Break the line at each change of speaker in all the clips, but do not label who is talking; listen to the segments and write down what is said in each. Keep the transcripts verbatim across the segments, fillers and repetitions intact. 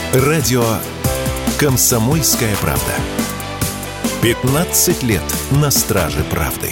Радио «Комсомольская правда». пятнадцать лет на страже правды.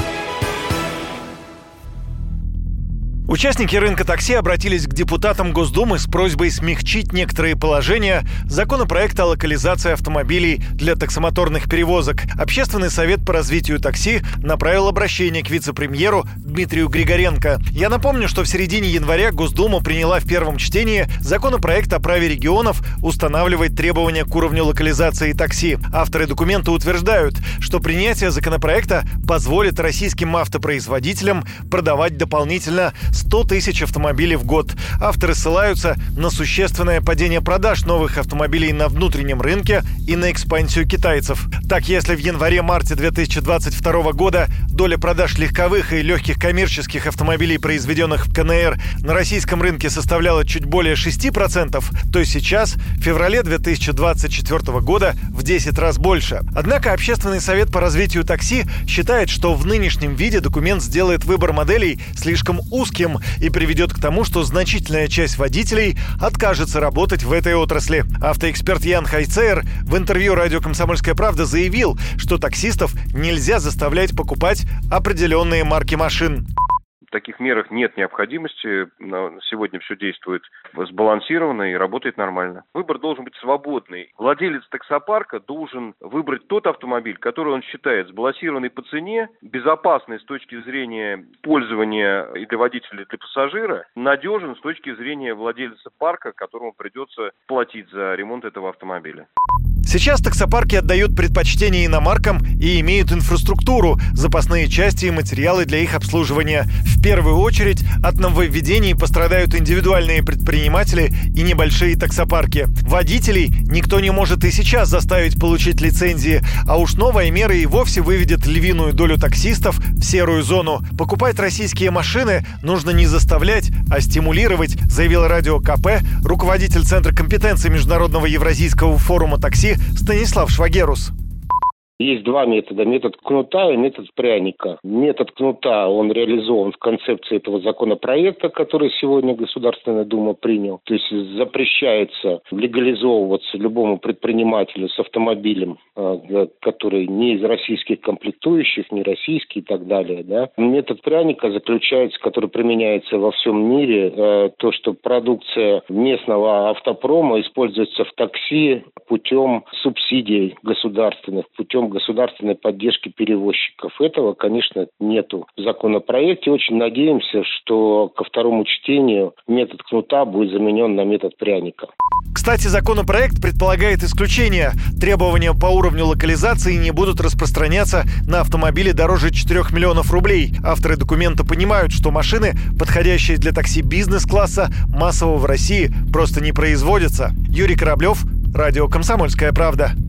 Участники рынка такси обратились к депутатам Госдумы с просьбой смягчить некоторые положения законопроекта о локализации автомобилей для таксомоторных перевозок. Общественный совет по развитию такси направил обращение к вице-премьеру Дмитрию Григоренко. Я напомню, что в середине января Госдума приняла в первом чтении законопроект о праве регионов устанавливать требования к уровню локализации такси. Авторы документа утверждают, что принятие законопроекта позволит российским автопроизводителям продавать дополнительно сто тысяч автомобилей в год. Авторы ссылаются на существенное падение продаж новых автомобилей на внутреннем рынке и на экспансию китайцев. Так, если в январе-марте две тысячи двадцать второго года доля продаж легковых и легких коммерческих автомобилей, произведенных в ка эн эр, на российском рынке составляла чуть более шесть процентов, то сейчас, в феврале две тысячи двадцать четвёртого года, в десять раз больше. Однако Общественный совет по развитию такси считает, что в нынешнем виде документ сделает выбор моделей слишком узким и приведет к тому, что значительная часть водителей откажется работать в этой отрасли. Автоэксперт Ян Хайцер в интервью радио «Комсомольская правда» заявил, что таксистов нельзя заставлять покупать определенные марки машин.
В таких мерах нет необходимости. Сегодня все действует сбалансированно и работает нормально. Выбор должен быть свободный. Владелец таксопарка должен выбрать тот автомобиль, который он считает сбалансированный по цене, безопасный с точки зрения пользования и для водителя, и для пассажира, надежен с точки зрения владельца парка, которому придется платить за ремонт этого автомобиля.
Сейчас таксопарки отдают предпочтение иномаркам и имеют инфраструктуру, запасные части и материалы для их обслуживания. В первую очередь от нововведений пострадают индивидуальные предприниматели и небольшие таксопарки. Водителей никто не может и сейчас заставить получить лицензии, а уж новая мера и вовсе выведет львиную долю таксистов в серую зону. Покупать российские машины нужно не заставлять, а стимулировать, заявил радио ка пэ руководитель Центра компетенции Международного евразийского форума такси Станислав Швагерус.
Есть два метода. Метод кнута и метод пряника. Метод кнута, он реализован в концепции этого законопроекта, который сегодня Государственная Дума принял. То есть запрещается легализовываться любому предпринимателю с автомобилем, который не из российских комплектующих, не российский и так далее. Да? Метод пряника заключается, который применяется во всем мире, то, что продукция местного автопрома используется в такси путем субсидий государственных, путем государственной поддержки перевозчиков. Этого, конечно, нету в законопроекте. Очень надеемся, что ко второму чтению метод кнута будет заменен на метод пряника.
Кстати, законопроект предполагает исключение. Требования по уровню локализации не будут распространяться на автомобили дороже четырёх миллионов рублей. Авторы документа понимают, что машины, подходящие для такси бизнес-класса, массово в России просто не производятся. Юрий Кораблев, радио «Комсомольская правда».